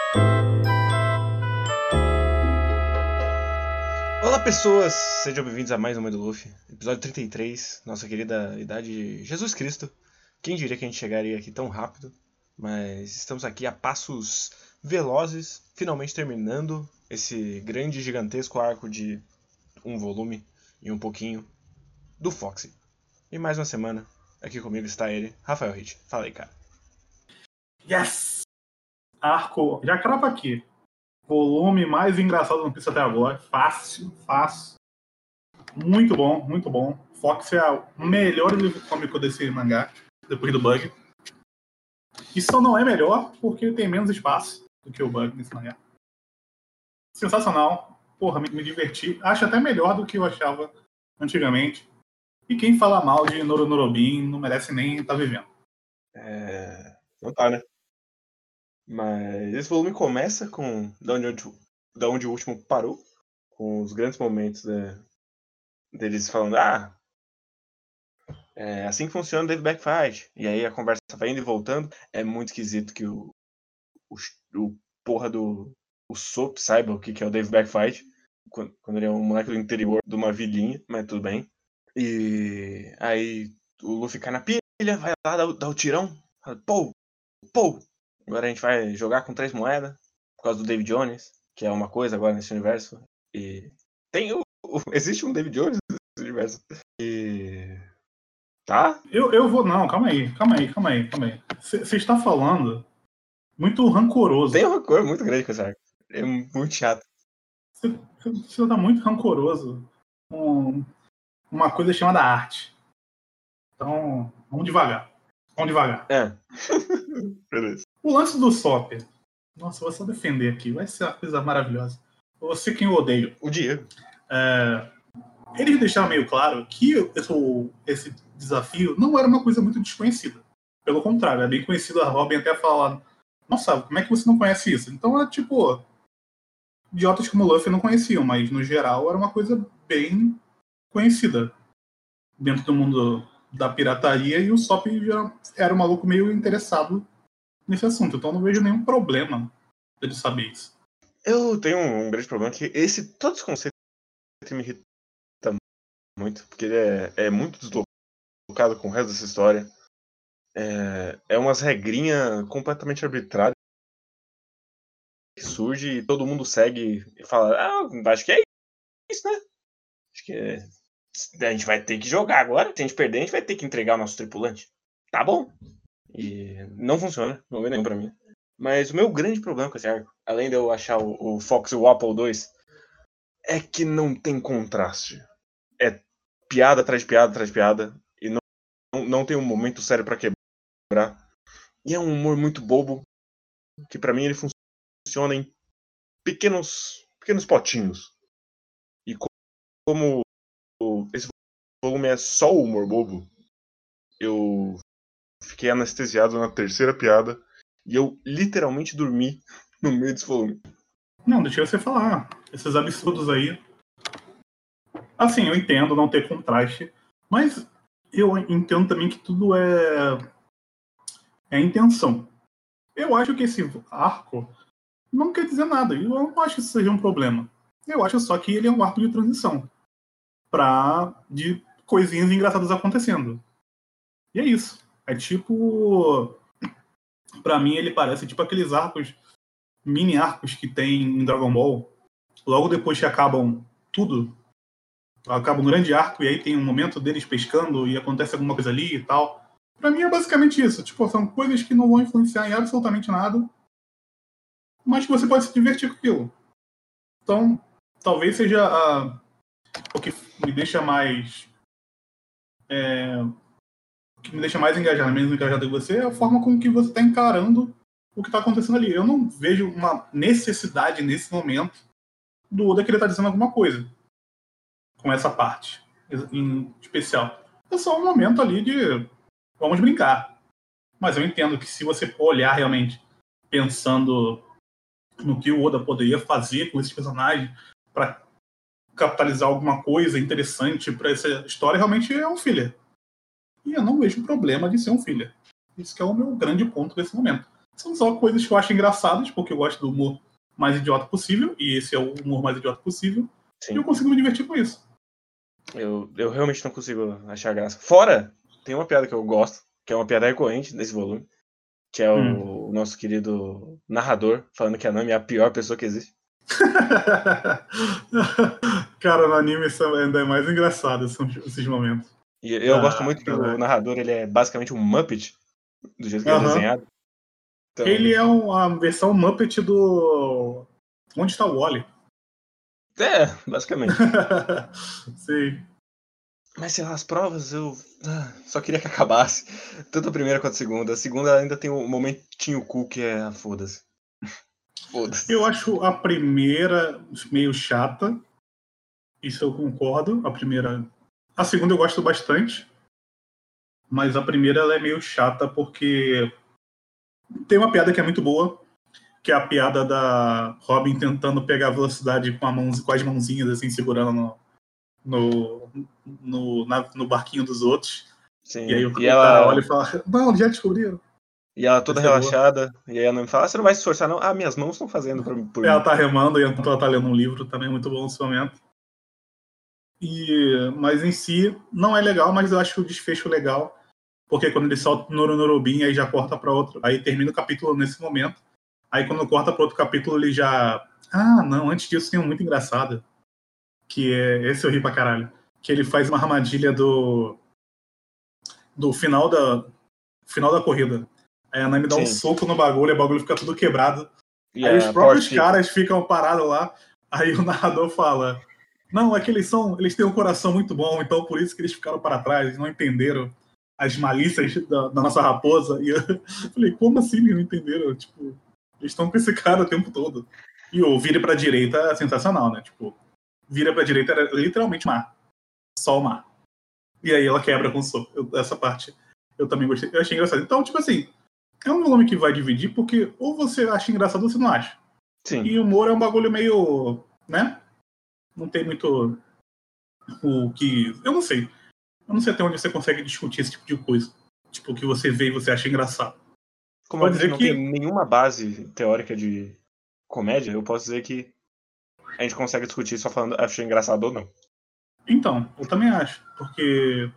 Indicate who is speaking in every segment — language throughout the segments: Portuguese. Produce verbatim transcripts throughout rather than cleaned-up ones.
Speaker 1: Olá pessoas, sejam bem-vindos a mais uma do Luffy, episódio trinta e três, nossa querida idade de Jesus Cristo. Quem diria que a gente chegaria aqui tão rápido, mas estamos aqui a passos velozes, finalmente terminando esse grande, gigantesco arco de um volume e um pouquinho do Foxy. E mais uma semana, aqui comigo está ele, Rafael Hit. Fala aí, cara.
Speaker 2: Yes! Arco, já crava aqui. Volume mais engraçado do One Piece até agora. Fácil, fácil. Muito bom, muito bom. Fox é o melhor livro cômico desse mangá, depois do Bug. E só não é melhor porque tem menos espaço do que o Bug nesse mangá. Sensacional. Porra, me, me diverti. Acho até melhor do que eu achava antigamente. E quem fala mal de Noro Norobin não merece nem estar vivendo.
Speaker 1: É... Não tá, né? Mas esse volume começa com da onde, da onde o último parou, com os grandes momentos né, deles falando, ah, é assim que funciona o Dave Backfight. E aí a conversa vai indo e voltando. É muito esquisito que o, o, o porra do o Soap saiba o que, que é o Dave Backfight, quando, quando ele é um moleque do interior de uma vilinha, mas tudo bem. E aí o Luffy cai na pilha, vai lá, dá, dá o tirão, fala, pô, pô. Agora a gente vai jogar com três moedas, por causa do David Jones, que é uma coisa agora nesse universo. E tem o. o existe um David Jones nesse universo. E. Tá?
Speaker 2: Eu, eu vou. Não, calma aí, calma aí, calma aí, calma aí. Você está falando muito rancoroso.
Speaker 1: Tem uma cor muito grande com esse arco. É muito chato.
Speaker 2: Você está muito rancoroso com uma coisa chamada arte. Então, vamos devagar. Vamos devagar.
Speaker 1: É. Beleza.
Speaker 2: O lance do Sop. Nossa, eu vou só defender aqui. Vai ser uma coisa maravilhosa. Você quem eu odeio.
Speaker 1: O Diego.
Speaker 2: É, eles deixaram meio claro que esse, esse desafio não era uma coisa muito desconhecida. Pelo contrário, é bem conhecido. A Robin até fala, nossa, como é que você não conhece isso? Então é tipo, idiotas como o Luffy não conheciam, mas no geral era uma coisa bem conhecida dentro do mundo da pirataria, e o Sop já era um maluco meio interessado nesse assunto, então não vejo nenhum problema dele saber isso.
Speaker 1: Eu tenho um grande problema que esse, todo esse conceito me irrita muito, porque ele é, é muito deslocado com o resto dessa história. É, é umas regrinhas completamente arbitrárias que surge e todo mundo segue e fala, ah, acho que é isso, né? Acho que é... a gente vai ter que jogar agora. Se a gente perder, a gente vai ter que entregar o nosso tripulante. Tá bom. E não funciona, não vê nenhum pra mim. Mas o meu grande problema com esse arco, além de eu achar o, o Fox e o Apple dois, é que não tem contraste. É piada atrás de piada atrás de piada. E não, não, não tem um momento sério pra quebrar. E é um humor muito bobo, que pra mim ele funciona em pequenos, pequenos potinhos. E como esse volume é só o humor bobo, eu fiquei anestesiado na terceira piada e eu literalmente dormi no meio desse volume.
Speaker 2: Não, deixa você falar. Esses absurdos aí. Assim, eu entendo não ter contraste, mas eu entendo também que tudo é é intenção. Eu acho que esse arco não quer dizer nada. Eu não acho que isso seja um problema. Eu acho só que ele é um arco de transição pra, de coisinhas engraçadas acontecendo. E é isso. É tipo... Pra mim ele parece tipo aqueles arcos, mini arcos que tem em Dragon Ball. Logo depois que acabam tudo, acaba um grande arco e aí tem um momento deles pescando e acontece alguma coisa ali e tal. Pra mim é basicamente isso. Tipo, são coisas que não vão influenciar em absolutamente nada, mas que você pode se divertir com aquilo. Então, talvez seja a, o que me deixa mais... É, o que me deixa mais engajado, menos engajado em você, é a forma com que você está encarando o que está acontecendo ali. Eu não vejo uma necessidade nesse momento do Oda querer estar dizendo alguma coisa com essa parte em especial. É só um momento ali de vamos brincar. Mas eu entendo que se você olhar realmente pensando no que o Oda poderia fazer com esses personagens para capitalizar alguma coisa interessante para essa história, realmente é um filler. E eu não vejo problema de ser um filler. Isso que é o meu grande ponto desse momento. São só coisas que eu acho engraçadas, porque eu gosto do humor mais idiota possível, e esse é o humor mais idiota possível,
Speaker 1: Sim.
Speaker 2: e eu consigo me divertir com isso.
Speaker 1: Eu, eu realmente não consigo achar graça. Fora, tem uma piada que eu gosto, que é uma piada recorrente nesse volume, que é o,
Speaker 2: Hum.
Speaker 1: o nosso querido narrador falando que a Nami é a pior pessoa que existe.
Speaker 2: Cara, no anime isso ainda é mais engraçado, esses, esses momentos.
Speaker 1: E eu
Speaker 2: Da,
Speaker 1: gosto muito que
Speaker 2: da
Speaker 1: o narrador ele é basicamente um Muppet, do jeito que ele é
Speaker 2: Aham.
Speaker 1: desenhado. Então,
Speaker 2: Ele é uma versão Muppet do. Onde está o Wally?
Speaker 1: é, basicamente.
Speaker 2: Sim.
Speaker 1: Mas sei lá, as provas eu ah, só queria que acabasse. Tanto a primeira quanto a segunda. A segunda ainda tem um momentinho cool que é ah, foda-se. Foda-se.
Speaker 2: Eu acho a primeira meio chata. Isso eu concordo. A primeira. A segunda eu gosto bastante. Mas a primeira ela é meio chata porque tem uma piada que é muito boa, que é a piada da Robin tentando pegar a velocidade com, a mão, com as mãozinhas assim, segurando no, no, no, na, no barquinho dos outros.
Speaker 1: Sim.
Speaker 2: E aí o,
Speaker 1: E
Speaker 2: o cara
Speaker 1: ela,
Speaker 2: olha e fala, não, já descobriram.
Speaker 1: e ela toda
Speaker 2: Essa é boa.
Speaker 1: relaxada. E aí a Nami fala: ah, você não vai se esforçar, não? Ah, minhas mãos estão fazendo pra, por
Speaker 2: Ela
Speaker 1: mim.
Speaker 2: tá remando e então ela tá lendo um livro, também é muito bom nesse momento. E, mas em si, não é legal, mas eu acho o desfecho legal, porque quando ele solta o Noronorobim, aí já corta para outro, aí termina o capítulo nesse momento. Aí quando corta para outro capítulo, ele já. Ah, não, antes disso tem um muito engraçado, que é. Esse eu ri pra caralho. Que ele faz uma armadilha do. Do final da. Final da corrida. Aí a Nami dá um
Speaker 1: Sim.
Speaker 2: soco no bagulho, e o bagulho fica tudo quebrado.
Speaker 1: E
Speaker 2: Aí os
Speaker 1: a
Speaker 2: próprios
Speaker 1: Power
Speaker 2: caras ficam parados lá. Aí o narrador fala: não, é que eles são. Eles têm um coração muito bom, então por isso que eles ficaram para trás, eles não entenderam as malícias da, da nossa raposa. E eu falei, como assim eles não entenderam? Tipo, eles estão com esse cara o tempo todo. E o vire pra direita é sensacional, né? Tipo, vira pra direita era literalmente mar. Só o mar. E aí ela quebra com o soco. Eu- essa parte eu também gostei. Eu achei engraçado. Então, tipo assim, é um volume que vai dividir, porque ou você acha engraçado ou você não acha.
Speaker 1: Sim.
Speaker 2: E o humor é um bagulho meio. Né? Não tem muito. O que. Eu não sei. Eu não sei até onde você consegue discutir esse tipo de coisa. Tipo, o que você vê e você acha engraçado.
Speaker 1: Como
Speaker 2: Pode
Speaker 1: alguém que
Speaker 2: dizer
Speaker 1: não tem
Speaker 2: que.
Speaker 1: nenhuma base teórica de comédia, eu posso dizer que a gente consegue discutir só falando achei engraçado ou não.
Speaker 2: Então, eu também acho. Porque.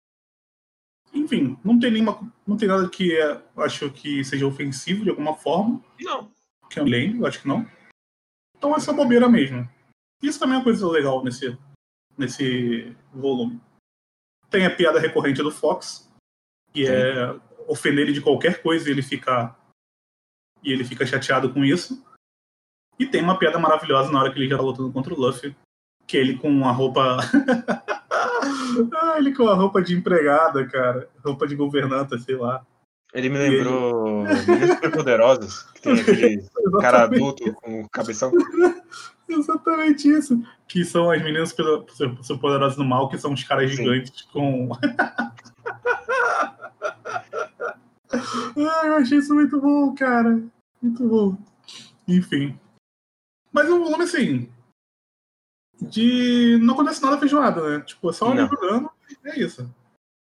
Speaker 2: Enfim, não tem nenhuma. Não tem nada que é, acho que seja ofensivo de alguma forma.
Speaker 1: Não.
Speaker 2: Que eu me lembro, acho que não. Então essa bobeira mesmo. Isso também é uma coisa legal nesse, nesse volume. Tem a piada recorrente do Fox, que
Speaker 1: Sim.
Speaker 2: é ofender ele de qualquer coisa e ele fica e ele fica chateado com isso. E tem uma piada maravilhosa na hora que ele já tá lutando contra o Luffy, que é ele com uma roupa ah, ele com a roupa de empregada, cara, roupa de governanta, sei lá.
Speaker 1: Ele me
Speaker 2: E ele...
Speaker 1: lembrou Meninas Superpoderosas, que tem aquele cara adulto com o cabeção.
Speaker 2: Exatamente isso. Que são as meninas superpoderosas no mal, que são os caras
Speaker 1: Sim.
Speaker 2: gigantes com. Ah, eu achei isso muito bom, cara. Muito bom. Enfim. Mas é um volume assim. De. Não acontece nada feijoada, né? Tipo, é só ele
Speaker 1: Não.
Speaker 2: jogando e é isso.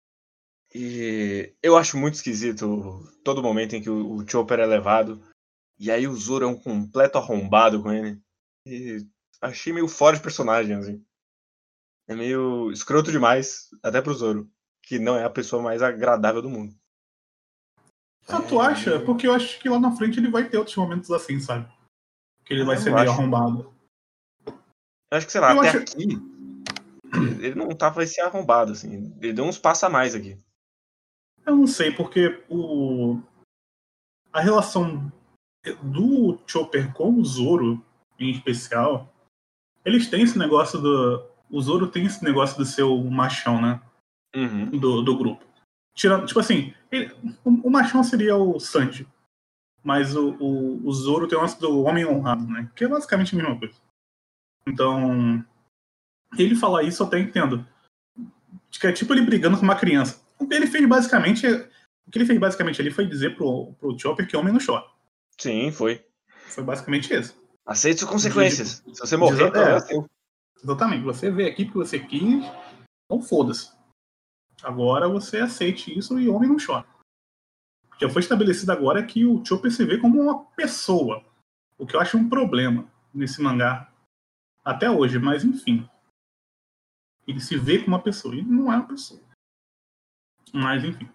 Speaker 1: E eu acho muito esquisito todo momento em que o, o Chopper é levado. E aí o Zoro é um completo arrombado com ele. E achei meio fora de personagem, assim. É meio escroto demais, até pro Zoro, que não é a pessoa mais agradável do mundo.
Speaker 2: Ah, tu
Speaker 1: É
Speaker 2: acha?
Speaker 1: meio...
Speaker 2: Porque eu acho que lá na frente ele vai ter outros momentos assim, sabe? Que ele
Speaker 1: Ah,
Speaker 2: vai
Speaker 1: eu
Speaker 2: ser
Speaker 1: não
Speaker 2: meio
Speaker 1: acho.
Speaker 2: arrombado.
Speaker 1: Eu acho que, sei lá,
Speaker 2: Eu
Speaker 1: até
Speaker 2: acho.
Speaker 1: aqui ele não tava esse arrombado, assim. Ele deu uns passos a mais aqui.
Speaker 2: Eu não sei, porque o. A relação do Chopper com o Zoro, em especial, eles têm esse negócio do. O Zoro tem esse negócio de ser o machão, né?
Speaker 1: Uhum.
Speaker 2: Do, do grupo. Tirando, tipo assim, ele, o, o machão seria o Sanji. Mas o, o, o Zoro tem o lance do homem honrado, né? Que é basicamente a mesma coisa. Então, ele falar isso eu até entendo. Acho que é tipo ele brigando com uma criança. O que ele fez basicamente. O que ele fez basicamente ali foi dizer pro, pro Chopper que homem não chora.
Speaker 1: Sim, foi.
Speaker 2: Foi basicamente isso.
Speaker 1: Aceite suas
Speaker 2: De, de,
Speaker 1: consequências. Se você
Speaker 2: de,
Speaker 1: morrer, problema
Speaker 2: é,
Speaker 1: é seu.
Speaker 2: exatamente. Você veio aqui porque você quis, então foda-se. Agora você aceite isso e homem não chora. já foi estabelecido agora que o Chopper se vê como uma pessoa. O que eu acho um problema nesse mangá. Até hoje, mas enfim. Ele se vê como uma pessoa. Ele não é uma pessoa. Mas enfim.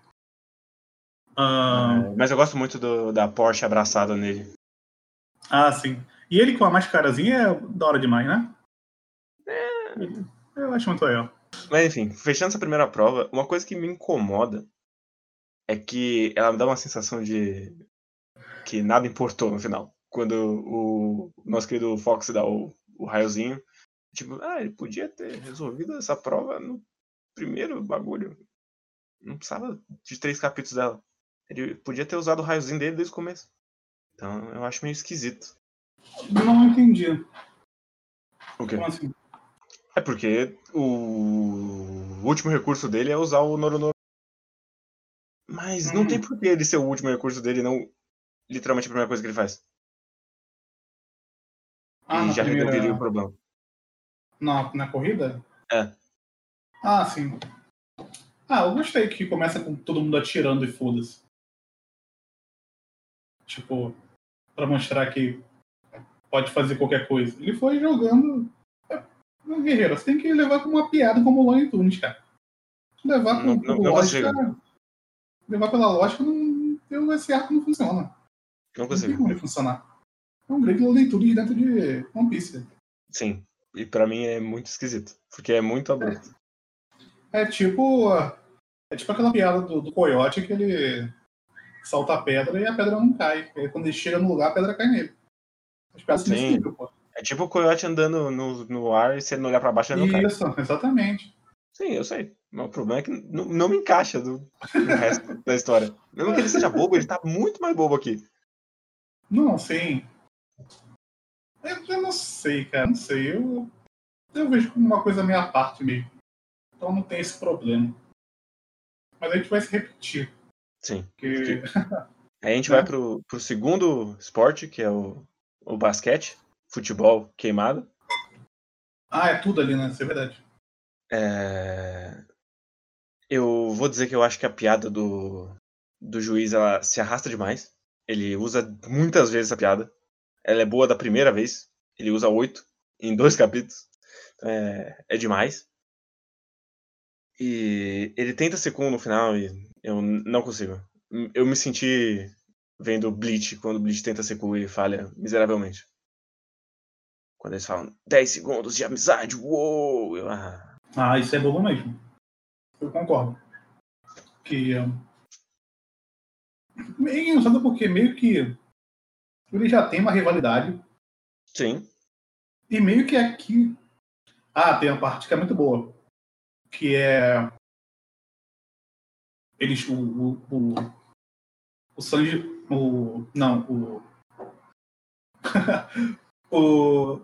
Speaker 1: Uh... Mas eu gosto muito do, da Porsche abraçada nele.
Speaker 2: Ah, sim. E ele com a mascarazinha é da hora demais, né?
Speaker 1: É...
Speaker 2: Eu acho muito legal.
Speaker 1: Mas enfim, fechando essa primeira prova, uma coisa que me incomoda é que ela me dá uma sensação de que nada importou no final. Quando o nosso querido Fox dá o, o raiozinho, tipo, ah, ele podia ter resolvido essa prova no primeiro bagulho. Não precisava de três capítulos dela. Ele podia ter usado o raiozinho dele desde o começo. Então eu acho meio esquisito.
Speaker 2: Não entendi.
Speaker 1: O quê?
Speaker 2: Como assim?
Speaker 1: É porque o último recurso dele é usar o Noronoro. Mas hum. não tem por que ele ser o último recurso dele, não literalmente a primeira coisa que ele faz.
Speaker 2: Ah,
Speaker 1: e já
Speaker 2: primeira...
Speaker 1: resolveria o problema.
Speaker 2: Na, na corrida?
Speaker 1: É.
Speaker 2: Ah, sim. Ah, eu gostei que começa com todo mundo atirando e foda-se. Tipo, pra mostrar que pode fazer qualquer coisa. Ele foi jogando... Não, guerreiro, você tem que levar como uma piada como o Looney Tunes, cara. Levar com,
Speaker 1: não,
Speaker 2: com
Speaker 1: não, não
Speaker 2: lógica...
Speaker 1: consigo.
Speaker 2: Levar pela lógica, não, esse arco não funciona.
Speaker 1: Não consigo.
Speaker 2: Não tem como ele funcionar. É um grande Looney Tunes dentro de One Piece.
Speaker 1: Sim. E pra mim é muito esquisito. Porque é muito abrupto.
Speaker 2: É, é tipo... É tipo aquela piada do, do coiote que ele salta a pedra e a pedra não cai. E aí, quando ele chega no lugar, a pedra cai nele. As piadas
Speaker 1: Sim.
Speaker 2: desse nível, pô.
Speaker 1: É tipo o coiote andando no, no ar e se ele não olhar pra baixo, ele não cai.
Speaker 2: Isso, exatamente.
Speaker 1: Sim, eu sei. Mas o problema é que não, não me encaixa do, no resto da história. Mesmo que ele seja bobo, ele tá muito mais bobo aqui.
Speaker 2: Não, sim. Eu, eu não sei, cara. Não sei. Eu, eu vejo como uma coisa meio à parte mesmo. Então não tem esse problema. Mas a gente vai se repetir.
Speaker 1: Sim.
Speaker 2: Porque...
Speaker 1: Porque... Aí a gente
Speaker 2: né?
Speaker 1: vai pro, pro segundo esporte, que é o, o basquete. Futebol queimado.
Speaker 2: Ah, é tudo ali, né? Isso é verdade.
Speaker 1: É... Eu vou dizer que eu acho que a piada do, do juiz ela se arrasta demais. Ele usa muitas vezes essa piada. Ela é boa da primeira vez. Ele usa oito em dois capítulos. É, é demais. E ele tenta ser cool no final e eu não consigo. Eu me senti vendo Bleach quando Bleach tenta ser cool e falha miseravelmente. Quando eles falam dez segundos de amizade, uou! Eu, ah.
Speaker 2: ah, isso é bobo mesmo. Eu concordo. Que... Um... Meio engraçado porque meio que ele já tem uma rivalidade.
Speaker 1: Sim.
Speaker 2: E meio que aqui... Ah, tem uma parte que é muito boa. Que é... Eles... O... O, o, o Sanji... O... Não, o... o...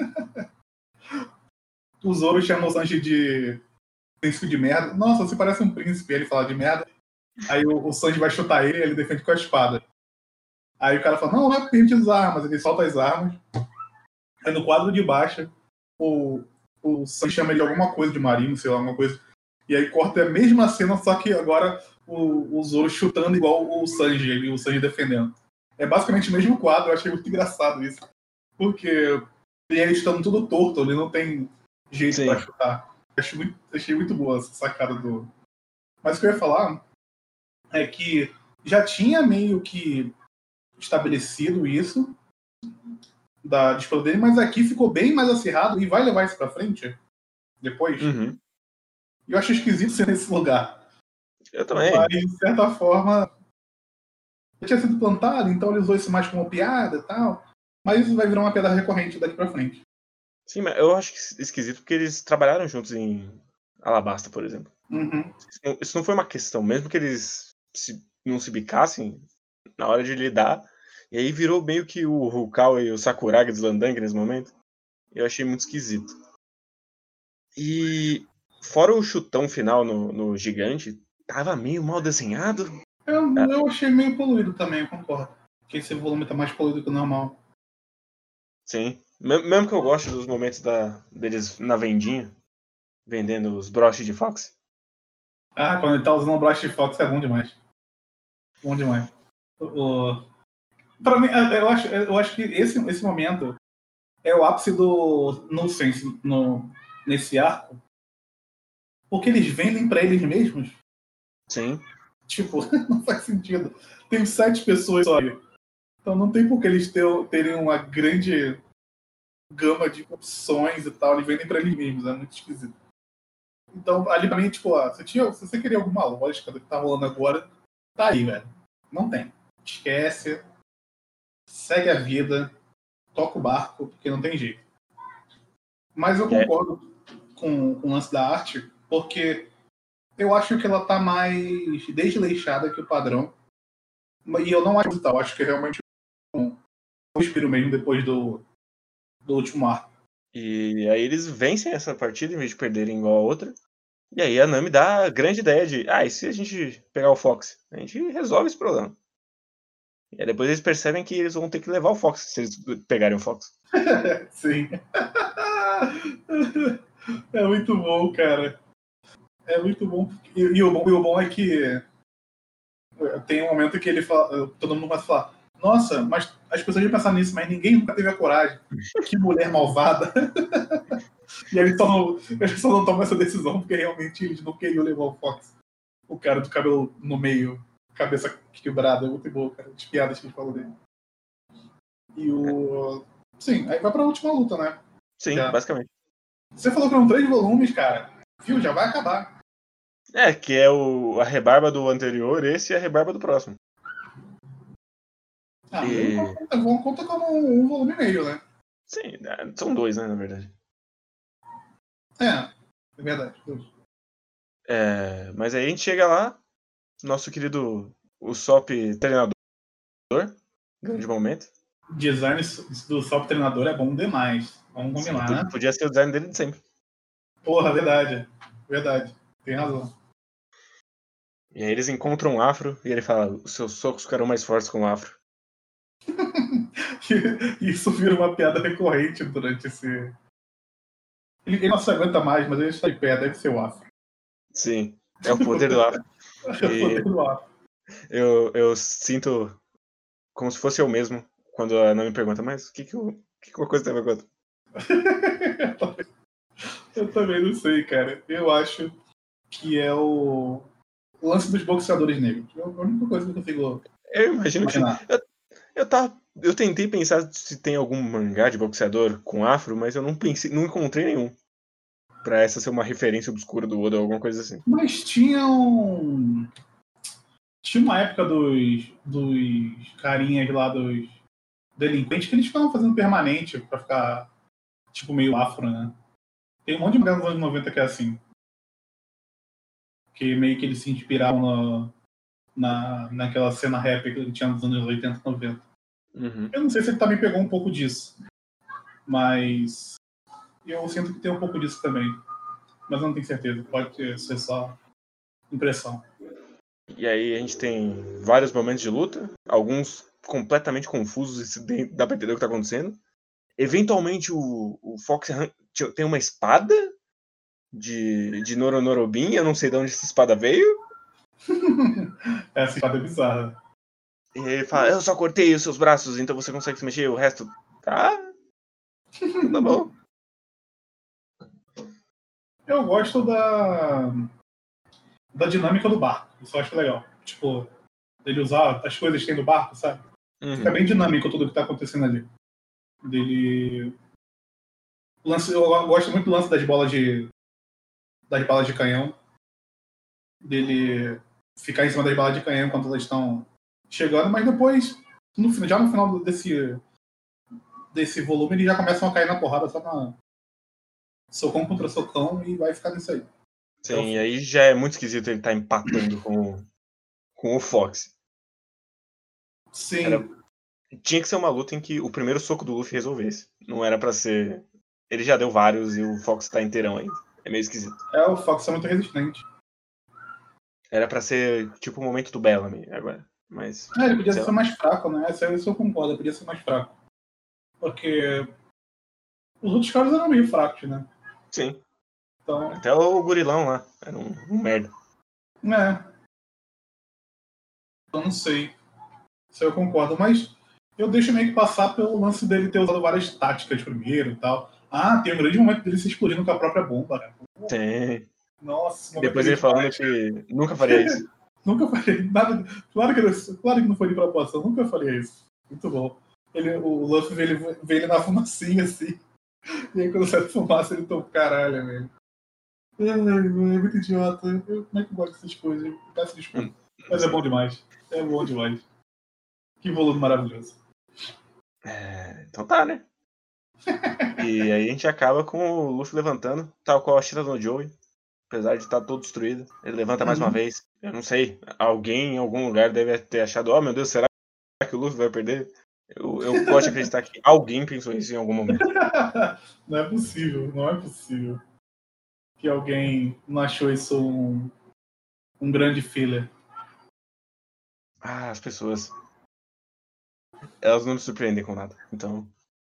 Speaker 2: o Zoro chama o Sanji de príncipe de merda. Nossa, você parece um príncipe, ele fala de merda. Aí o, o Sanji vai chutar ele e ele defende com a espada. Aí o cara fala, não, não é permitido usar armas. Ele solta as armas. Aí no quadro de baixo, o, o Sanji chama ele de alguma coisa de marinho, sei lá, alguma coisa. E aí corta a mesma cena, só que agora o, o Zoro chutando igual o Sanji, e o Sanji defendendo. É basicamente o mesmo quadro, eu achei muito engraçado isso. Porque ele chutando tudo torto, ele não tem jeito Sim. pra chutar. Achei muito, achei muito boa essa sacada do... Mas o que eu ia falar é que já tinha meio que estabelecido isso da disputa dele, mas aqui ficou bem mais acirrado e vai levar isso pra frente depois.
Speaker 1: Uhum.
Speaker 2: E eu acho esquisito ser nesse lugar.
Speaker 1: Eu também.
Speaker 2: Mas, de certa forma, já tinha sido plantado, então ele usou isso mais como piada e tal. Mas isso vai virar uma piada recorrente daqui pra frente.
Speaker 1: Sim, mas eu acho esquisito porque eles trabalharam juntos em Alabasta, por exemplo.
Speaker 2: Uhum.
Speaker 1: Isso não foi uma questão, mesmo que eles se, não se bicassem na hora de lidar. E aí virou meio que o Rukawa e o Sakuragi dos Landang nesse momento. Eu achei muito esquisito. E fora o chutão final no, no gigante, tava meio mal desenhado.
Speaker 2: Eu, eu achei meio poluído também, eu concordo. Que esse volume tá mais poluído que o normal.
Speaker 1: Sim. Mesmo que eu goste dos momentos da, deles na vendinha, vendendo os broches de Fox.
Speaker 2: Ah, quando ele tá usando o broche de Fox é bom demais. Bom demais. O, o... Pra mim, eu acho, eu acho que esse, esse momento é o ápice do nonsense no, nesse arco. Porque eles vendem pra eles mesmos.
Speaker 1: Sim.
Speaker 2: Tipo, não faz sentido. Tem sete pessoas só aí. Então não tem por que eles ter, terem uma grande gama de opções e tal. Eles vendem pra eles mesmos. É muito esquisito. Então, ali pra mim, tipo, ó, se, tinha, se você queria alguma lógica do que tá rolando agora, tá aí, velho. Não tem. Esquece. Segue a vida. Toca o barco, porque não tem jeito. Mas eu
Speaker 1: É.
Speaker 2: concordo com, com o lance da arte, porque eu acho que ela tá mais desleixada que o padrão. E eu não acho tal. Acho que é realmente um, um inspiro mesmo depois do, do último arco.
Speaker 1: E aí eles vencem essa partida em vez de perderem igual a outra. E aí a Nami dá a grande ideia de, ah, e se a gente pegar o Fox? A gente resolve esse problema. E aí depois eles percebem que eles vão ter que levar o Fox se eles pegarem o Fox.
Speaker 2: Sim. É muito bom, cara. É muito bom. E, e, o, bom e o bom é que tem um momento que ele fala, todo mundo começa a falar, nossa, mas as pessoas iam pensar nisso, mas ninguém nunca teve a coragem. Que mulher malvada. E eles só, não, eles só não tomam essa decisão porque realmente eles não queriam levar o Fox. O cara do cabelo no meio, cabeça quebrada, é muito bom, cara. As piadas que ele falou dele. E o. Sim, aí vai pra última luta, né?
Speaker 1: Sim,
Speaker 2: Já.
Speaker 1: basicamente.
Speaker 2: Você falou que eram três volumes, cara. Viu? Já vai acabar.
Speaker 1: É, que é o, a rebarba do anterior, esse é a rebarba do próximo.
Speaker 2: Ah,
Speaker 1: E...
Speaker 2: eu vou contar como um volume e meio, né?
Speaker 1: Sim, são dois, né, na verdade.
Speaker 2: É, é verdade. Dois.
Speaker 1: É, mas aí a gente chega lá, nosso querido Usopp treinador, grande momento.
Speaker 2: O design do Sop Treinador é bom demais. Vamos
Speaker 1: Sim,
Speaker 2: combinar,
Speaker 1: podia,
Speaker 2: né?
Speaker 1: podia ser o design dele de sempre.
Speaker 2: Porra, verdade. Verdade. Tem razão.
Speaker 1: E aí eles encontram o Afro e ele fala, os seus socos ficarão mais fortes com o Afro.
Speaker 2: Isso vira uma piada recorrente durante esse. Ele, ele não se aguenta mais, mas ele está em pé, deve ser o Afro.
Speaker 1: Sim, é o poder do Afro.
Speaker 2: É o poder do Afro.
Speaker 1: Eu, eu sinto como se fosse eu mesmo quando a Nami me pergunta, mas o que, que, eu, que, que uma coisa tem a ver com outra?
Speaker 2: Eu também não sei, cara. Eu acho que é o, o lance dos boxeadores negros. É a única coisa que eu consigo
Speaker 1: Eu imagino que sim.
Speaker 2: imaginar.
Speaker 1: Eu, eu, tava, eu tentei pensar se tem algum mangá de boxeador com afro, mas eu não pensei, não encontrei nenhum. Pra essa ser uma referência obscura do Oda ou alguma coisa assim.
Speaker 2: Mas tinha um. Tinha uma época dos, dos carinhas lá, dos delinquentes, que eles ficavam fazendo permanente pra ficar, tipo, meio afro, né? Tem um monte de mangá dos anos noventa que é assim. Que meio que eles se inspiravam na, na, naquela cena rap que ele tinha nos anos oitenta e noventa.
Speaker 1: Uhum.
Speaker 2: Eu não sei se ele também pegou um pouco disso. Mas eu sinto que tem um pouco disso também. Mas eu não tenho certeza. Pode ser só impressão.
Speaker 1: E aí a gente tem vários momentos de luta, alguns completamente confusos e dá pra entender o que tá acontecendo. Eventualmente o, o Fox tem uma espada de, de Noronorobin, eu não sei de onde essa espada veio.
Speaker 2: Essa espada é bizarra.
Speaker 1: E ele fala, eu só cortei os seus braços, então você consegue se mexer, o resto tá. Então tá bom.
Speaker 2: Eu gosto da, da dinâmica do barco. Isso eu acho legal. Tipo, dele usar as coisas que tem no barco, sabe?
Speaker 1: Uhum.
Speaker 2: Fica bem dinâmico tudo que tá acontecendo ali. Dele. Lance, eu gosto muito do lance das bolas de. das balas de canhão. Dele ficar em cima das balas de canhão enquanto elas estão chegando, mas depois, no, já no final desse, desse volume, eles já começam a cair na porrada só na socão contra socão e vai ficar nisso aí.
Speaker 1: Sim, e aí já é muito esquisito ele estar empatando com, com o Fox.
Speaker 2: Sim.
Speaker 1: Era, tinha que ser uma luta em que o primeiro soco do Luffy resolvesse. Não era pra ser. Ele já deu vários e o Fox tá inteirão ainda. É meio esquisito.
Speaker 2: É, o Fox é muito resistente.
Speaker 1: Era pra ser tipo o momento do Bellamy agora. Mas.
Speaker 2: É, ele podia ser
Speaker 1: lá.
Speaker 2: mais fraco, né? Essa aí eu concordo, ele podia ser mais fraco. Porque os outros caras eram meio fracos, né?
Speaker 1: Sim.
Speaker 2: Então.
Speaker 1: Até o gurilão lá. Era um, um merda.
Speaker 2: É. Eu não sei se eu concordo, mas eu deixo meio que passar pelo lance dele ter usado várias táticas primeiro e tal. Ah, tem um grande momento dele se explodindo com a própria bomba, cara.
Speaker 1: Tem.
Speaker 2: Nossa,
Speaker 1: Depois ele falando
Speaker 2: demais.
Speaker 1: que nunca faria isso.
Speaker 2: Nunca falei nada. Claro que, não, claro que não foi de propósito, nunca falei isso. Muito bom. Ele, o Luffy vê ele, vê ele na fumacinha assim. E aí quando sai a fumaça ele toma caralho, velho. Ai, é muito idiota. Eu, como é que eu gosto dessas coisas? Eu peço desculpa. Mas é bom demais. É bom demais. Que volume maravilhoso.
Speaker 1: É, então tá, né? E aí a gente acaba com o Luffy levantando, tal qual a Shira no Joey. Apesar de estar todo destruído. Ele levanta mais
Speaker 2: Uhum.
Speaker 1: uma vez. Eu não sei. Alguém em algum lugar deve ter achado, oh meu Deus, será que o Luffy vai perder? Eu, eu gosto de acreditar que alguém pensou isso em algum momento.
Speaker 2: Não é possível, não é possível. Que alguém não achou isso um, um grande filler.
Speaker 1: Ah, as pessoas. Elas não me surpreendem com nada. Então.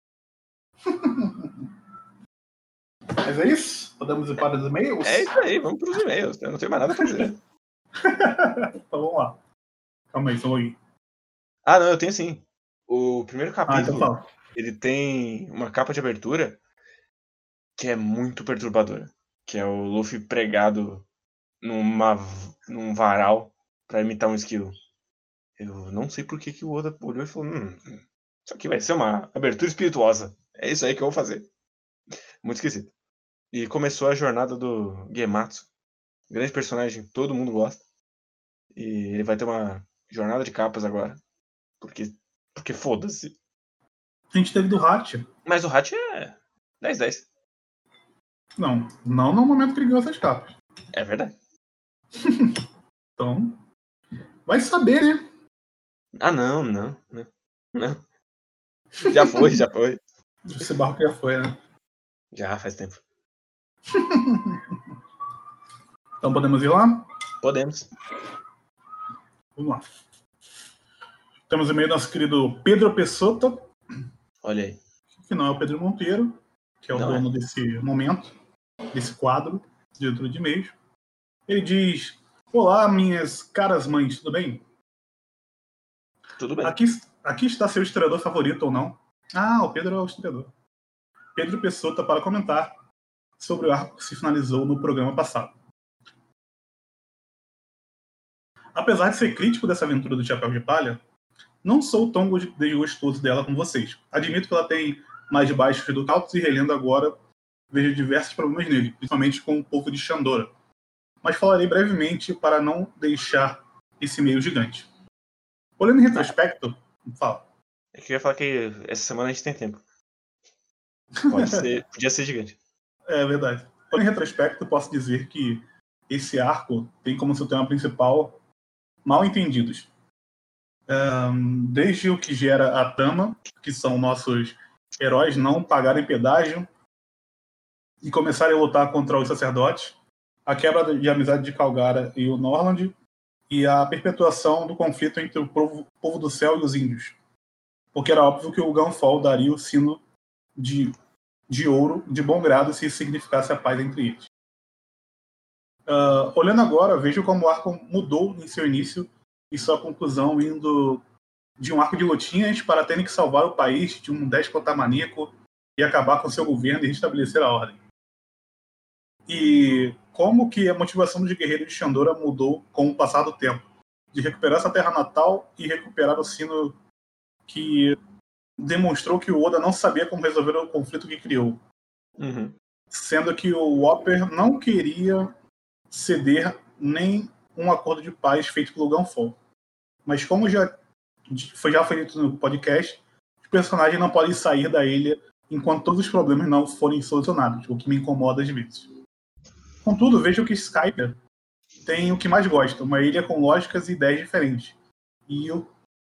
Speaker 2: Mas é isso? Podemos ir para os e-mails?
Speaker 1: É isso aí, vamos para os e-mails. Eu não tenho mais nada a fazer.
Speaker 2: Então vamos lá. Calma aí, só aí.
Speaker 1: Ah, não, eu tenho sim. O primeiro
Speaker 2: Ah, então
Speaker 1: capítulo,
Speaker 2: fala.
Speaker 1: ele tem uma capa de abertura que é muito perturbadora. Que é o Luffy pregado numa, num varal pra imitar um esquilo. Eu não sei por que, que o Oda olhou e falou: hum, isso aqui vai ser uma abertura espirituosa. É isso aí que eu vou fazer. Muito esquisito. E começou a jornada do Gematsu. Grande personagem, todo mundo gosta. E ele vai ter uma jornada de capas agora. Porque, porque foda-se.
Speaker 2: A gente teve do Hatch.
Speaker 1: Mas o Hachi é dez dez.
Speaker 2: Não, não no momento que ele ganhou essas capas.
Speaker 1: É verdade.
Speaker 2: Então, vai saber, né?
Speaker 1: Ah, não, não, não. não. Já foi, já foi.
Speaker 2: Esse barco que já foi, né?
Speaker 1: Já faz tempo.
Speaker 2: Então podemos ir lá?
Speaker 1: Podemos.
Speaker 2: Vamos lá. Temos o e-mail do nosso querido Pedro Pessota,
Speaker 1: Olha aí.
Speaker 2: que não é o Pedro Monteiro, que é o
Speaker 1: Não
Speaker 2: dono
Speaker 1: é.
Speaker 2: desse momento, desse quadro de leitura de e-mails. Ele diz: Olá, minhas caras mães, tudo bem?
Speaker 1: Tudo bem.
Speaker 2: Aqui, aqui está seu historiador favorito ou não? Ah, o Pedro é o historiador. Pedro Pessota para comentar sobre o arco que se finalizou no programa passado. Apesar de ser crítico dessa aventura do Chapéu de Palha, não sou tão desgostoso dela como vocês. Admito que ela tem mais baixos do que altos e relendo agora vejo diversos problemas nele, principalmente com o povo de Xandora. Mas falarei brevemente para não deixar esse meio gigante. Olhando em retrospecto, fala.
Speaker 1: Eu queria falar que essa semana a gente tem tempo. Pode ser, podia ser gigante.
Speaker 2: É verdade. Olhando em retrospecto, posso dizer que esse arco tem como seu tema principal mal entendidos. Um, desde o que gera a Tama, que são nossos heróis, não pagarem pedágio e começarem a lutar contra os sacerdotes, a quebra de amizade de Calgara e o Norland, e a perpetuação do conflito entre o povo, povo do céu e os índios. Porque era óbvio que o Gunfall daria o sino de, de ouro de bom grado se isso significasse a paz entre eles. Uh, olhando agora, vejo como o arco mudou em seu início e sua conclusão, indo de um arco de lutinhas para terem que salvar o país de um déspota maníaco e acabar com seu governo e restabelecer a ordem. E como que a motivação dos guerreiros de Xandora mudou com o passar do tempo, de recuperar essa terra natal e recuperar o sino que demonstrou que o Oda não sabia como resolver o conflito que criou.
Speaker 1: Uhum.
Speaker 2: Sendo que o Whopper não queria ceder nem um acordo de paz feito pelo Gunfall. Mas como já foi, já foi dito no podcast, os personagens não podem sair da ilha enquanto todos os problemas não forem solucionados, o que me incomoda às vezes. Contudo, vejo que Skype tem o que mais gosta, uma ilha com lógicas e ideias diferentes. E, eu,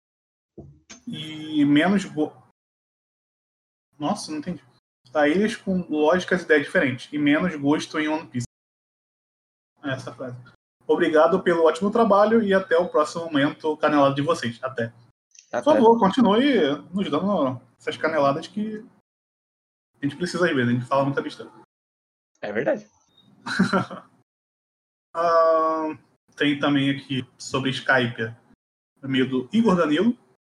Speaker 2: e menos... Go... Nossa, não entendi. Tá, ilhas com lógicas e ideias diferentes, e menos gosto em One Piece. Essa frase. Obrigado pelo ótimo trabalho e até o próximo momento canelado de vocês. Até.
Speaker 1: Até.
Speaker 2: Por favor, continue nos dando essas caneladas que a gente precisa às vezes, a gente fala muita besteira.
Speaker 1: É verdade.
Speaker 2: ah, tem também aqui sobre Skype e-mail do Igor Danilo.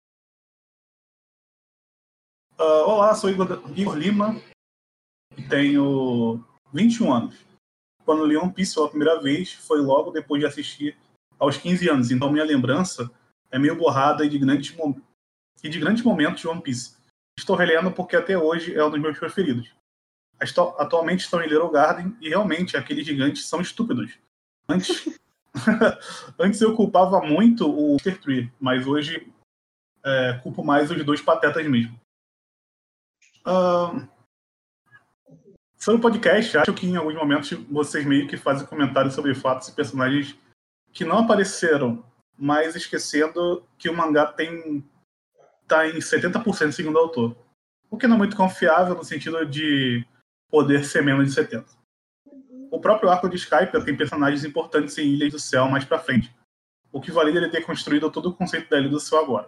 Speaker 2: Uh, olá, sou Igor, Igor Lima e tenho vinte e um anos. Quando li One Piece pela primeira vez, foi logo depois de assistir aos quinze anos. Então minha lembrança é meio borrada e de grandes, mom- e de grandes momentos de One Piece. Estou relendo porque até hoje é um dos meus preferidos. Asto- Atualmente estão em Little Garden e realmente aqueles gigantes são estúpidos. Antes, Antes eu culpava muito o mister Tree, mas hoje é, culpo mais os dois patetas mesmo. Uh, sobre o podcast, acho que em alguns momentos vocês meio que fazem comentários sobre fatos e personagens que não apareceram, mas esquecendo que o mangá tem tá em setenta por cento segundo o autor. O que não é muito confiável no sentido de poder ser menos de setenta por cento. O próprio arco de Skype tem personagens importantes em Ilhas do Céu mais pra frente, o que valida ele ter construído todo o conceito da Ilha do Céu agora.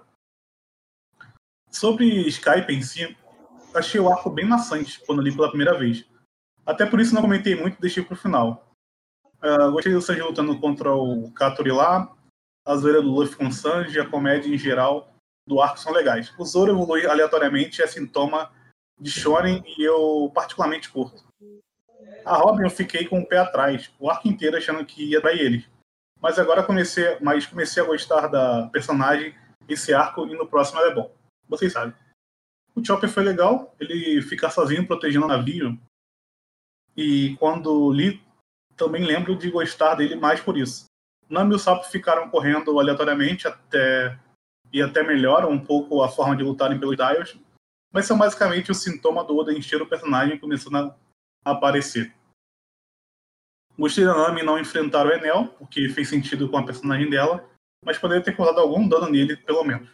Speaker 2: Sobre Skype em si, achei o arco bem maçante quando li pela primeira vez. Até por isso não comentei muito e deixei pro final. Uh, gostei do Sanji lutando contra o Katori lá, a zoeira do Luffy com o Sanji, a comédia em geral do arco são legais. O Zoro evolui aleatoriamente, é sintoma de shonen e eu particularmente curto. A Robin eu fiquei com o pé atrás, o arco inteiro achando que ia trair ele. Mas agora comecei, mas comecei a gostar da personagem, esse arco, e no próximo ela é bom. Vocês sabem. O Chopper foi legal, ele ficar sozinho protegendo o navio. E quando li, também lembro de gostar dele mais por isso. Nami e o Sapo ficaram correndo aleatoriamente até e até melhoram um pouco a forma de lutarem pelos Dials, mas são basicamente o sintoma do Oda encher o personagem começando a aparecer. Gostei da Nami não enfrentar o Enel, porque fez sentido com a personagem dela, mas poderia ter causado algum dano nele, pelo menos.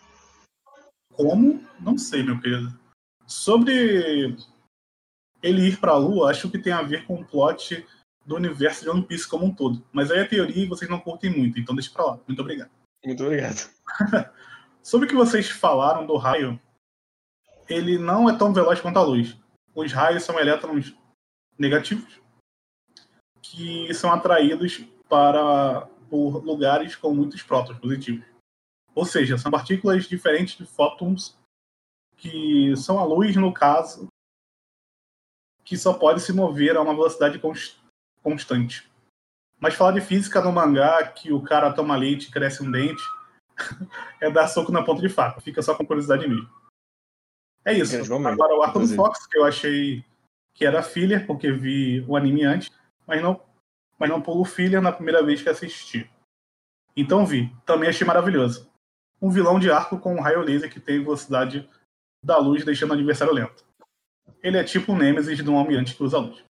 Speaker 2: Como? Não sei, meu querido. Sobre ele ir pra Lua, acho que tem a ver com o plot do universo de One Piece como um todo. Mas aí a teoria vocês não curtem muito, então deixa pra lá. Muito obrigado.
Speaker 1: Muito obrigado.
Speaker 2: Sobre o que vocês falaram do raio, ele não é tão veloz quanto a luz. Os raios são elétrons negativos que são atraídos para por lugares com muitos prótons positivos. Ou seja, são partículas diferentes de fótons que são a luz, no caso, que só pode se mover a uma velocidade constante. Mas falar de física no mangá, que o cara toma leite e cresce um dente, é dar soco na ponta de faca. Fica só com curiosidade mesmo. É isso. Agora o arco do Fox, que eu achei que era filler, porque vi o anime antes, mas não, mas não pulo filler na primeira vez que assisti. Então vi. Também achei maravilhoso. Um vilão de arco com um raio laser que tem velocidade da luz, deixando o adversário lento. Ele é tipo um Nemesis de um almirante que usa a luz.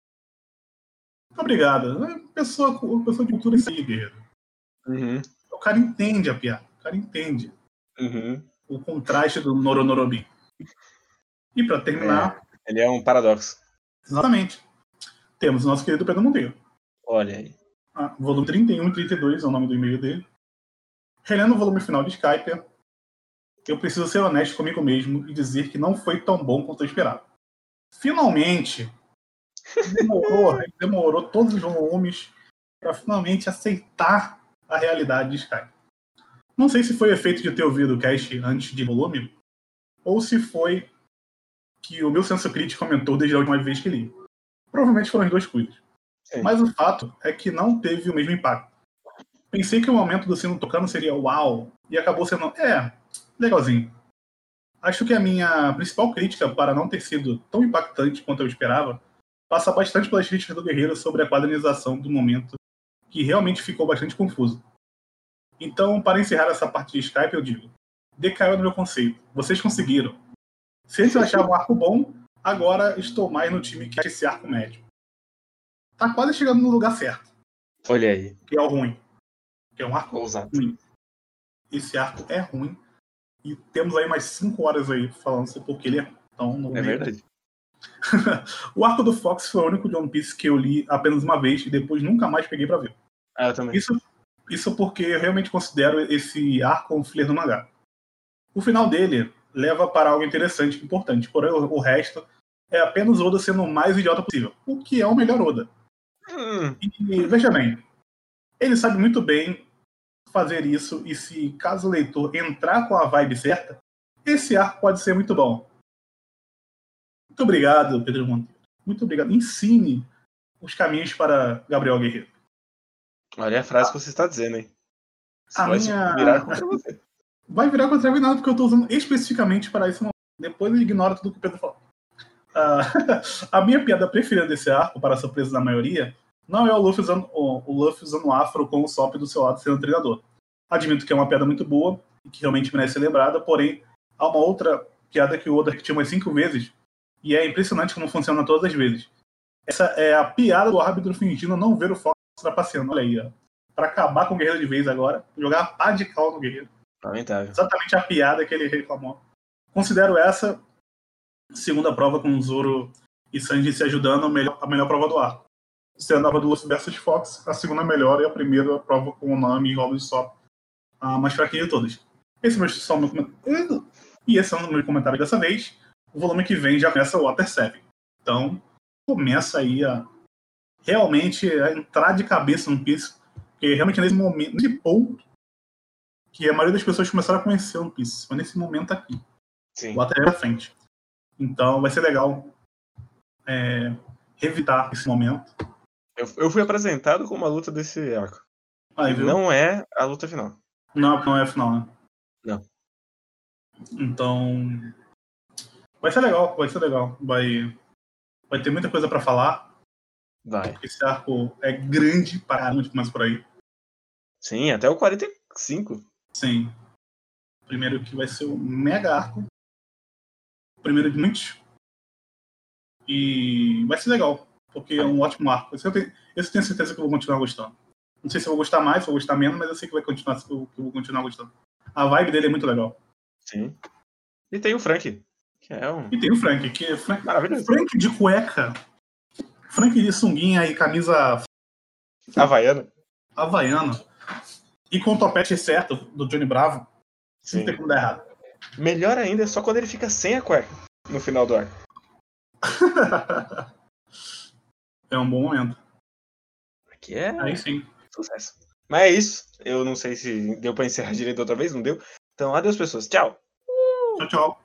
Speaker 2: Obrigado. Pessoa, pessoa de cultura em si, guerreiro.
Speaker 1: Uhum.
Speaker 2: O cara entende a piada. O cara entende.
Speaker 1: Uhum.
Speaker 2: O contraste do Noronorobi. E para terminar...
Speaker 1: É, ele é um paradoxo.
Speaker 2: Exatamente. Temos o nosso querido Pedro Monteiro.
Speaker 1: Olha aí.
Speaker 2: Ah, volume trinta e um e trinta e dois é o nome do e-mail dele. Relendo o volume final de Skype, eu preciso ser honesto comigo mesmo e dizer que não foi tão bom quanto eu esperava. Finalmente, demorou, demorou todos os volumes para finalmente aceitar a realidade de Skype. Não sei se foi o efeito de ter ouvido o cast antes de volume, ou se foi que o meu senso crítico aumentou desde a última vez que li. Provavelmente foram as duas coisas. Sim. Mas o fato é que não teve o mesmo impacto. Pensei que o momento do sino tocando seria uau, e acabou sendo, é, legalzinho. Acho que a minha principal crítica para não ter sido tão impactante quanto eu esperava passa bastante pelas críticas do Guerreiro sobre a quadrinização do momento, que realmente ficou bastante confuso. Então, para encerrar essa parte de Skype, eu digo, decaiu no meu conceito. Vocês conseguiram. Se antes eu achava um arco bom, agora estou mais no time que acha esse arco médio. Tá quase chegando no lugar certo.
Speaker 1: Olha aí.
Speaker 2: Que é o ruim. Que é um arco
Speaker 1: Ousado.
Speaker 2: ruim. Esse arco é ruim. E temos aí mais cinco horas aí falando sobre por que ele é ruim. Então, não
Speaker 1: é verdade.
Speaker 2: O arco do Fox foi o único de One Piece que eu li apenas uma vez e depois nunca mais peguei pra ver.
Speaker 1: Ah, eu também.
Speaker 2: Isso, isso porque eu realmente considero esse arco um filler do mangá. O final dele leva para algo interessante e importante, porém o resto é apenas Oda sendo o mais idiota possível, o que é o melhor Oda.
Speaker 1: Hum.
Speaker 2: E veja bem, ele sabe muito bem fazer isso, e se caso o leitor entrar com a vibe certa, esse arco pode ser muito bom. Muito obrigado, Pedro Monteiro. Muito obrigado. Ensine os caminhos para Gabriel Guerreiro.
Speaker 1: Olha a frase que você está dizendo, hein? Isso
Speaker 2: A
Speaker 1: vai
Speaker 2: minha...
Speaker 1: virar contra você.
Speaker 2: Vai virar contra mim nada, porque eu estou usando especificamente para esse momento. Depois eu ignoro tudo que o Pedro falou. Uh, a minha piada preferida desse arco, para a surpresa da maioria, não é o Luffy usando o, o Luffy usando o afro com o Sop do seu lado sendo treinador. Admito que é uma piada muito boa e que realmente merece ser lembrada, porém há uma outra piada que o Oda repetiu umas cinco vezes e é impressionante como funciona todas as vezes. Essa é a piada do árbitro fingindo não ver o Fox trapaceando. Olha aí, ó. Pra acabar com o Guerreiro de vez agora, jogar a pá de cal no Guerreiro.
Speaker 1: Lamentável.
Speaker 2: Exatamente a piada que ele reclamou. Considero essa segunda prova com o Zoro e Sanji se ajudando a melhor, a melhor prova do arco. Sendo a prova do Luffy versus Fox, a segunda melhor e a primeira prova com o Nami e Robin Sop, a mais fraquinha de todas. Esse é só o meu comentário. E esse é o meu comentário dessa vez. O volume que vem já começa o Water sete. Então, começa aí a realmente a entrar de cabeça no Piece, porque realmente nesse momento, nesse ponto, que a maioria das pessoas começaram a conhecer o Piece. Foi nesse momento aqui.
Speaker 1: Sim.
Speaker 2: O Water é à frente. Então, vai ser legal é, revitar esse momento.
Speaker 1: Eu, eu fui apresentado com uma luta desse arco.
Speaker 2: Aí,
Speaker 1: e
Speaker 2: viu?
Speaker 1: não é a luta final.
Speaker 2: Não, não é a final, né?
Speaker 1: Não.
Speaker 2: Então, vai ser legal, vai ser legal. Vai, vai ter muita coisa pra falar.
Speaker 1: Vai.
Speaker 2: Esse arco é grande para caramba, mais por aí.
Speaker 1: Sim, até o quarenta e cinco.
Speaker 2: Sim. Primeiro que vai ser o mega arco. Primeiro de muitos. E vai ser legal, porque é um ótimo arco. Esse eu tenho, esse eu tenho certeza que eu vou continuar gostando. Não sei se eu vou gostar mais, se eu vou gostar menos, mas eu sei que vai continuar, que eu vou continuar gostando. A vibe dele é muito legal.
Speaker 1: Sim. E tem o Frank, que é um...
Speaker 2: E tem o Frank, que é Frank,
Speaker 1: maravilhoso.
Speaker 2: Frank de cueca, Frank de sunguinha e camisa
Speaker 1: havaiana.
Speaker 2: havaiana. E com o topete certo do Johnny Bravo.
Speaker 1: Sim.
Speaker 2: Não tem como dar errado.
Speaker 1: Melhor ainda é só quando ele fica sem a cueca no final do arco.
Speaker 2: É um bom momento.
Speaker 1: Aqui é
Speaker 2: Aí sim.
Speaker 1: sucesso. Mas é isso. Eu não sei se deu pra encerrar direito outra vez, não deu? Então, adeus, pessoas. Tchau.
Speaker 2: Tchau, tchau.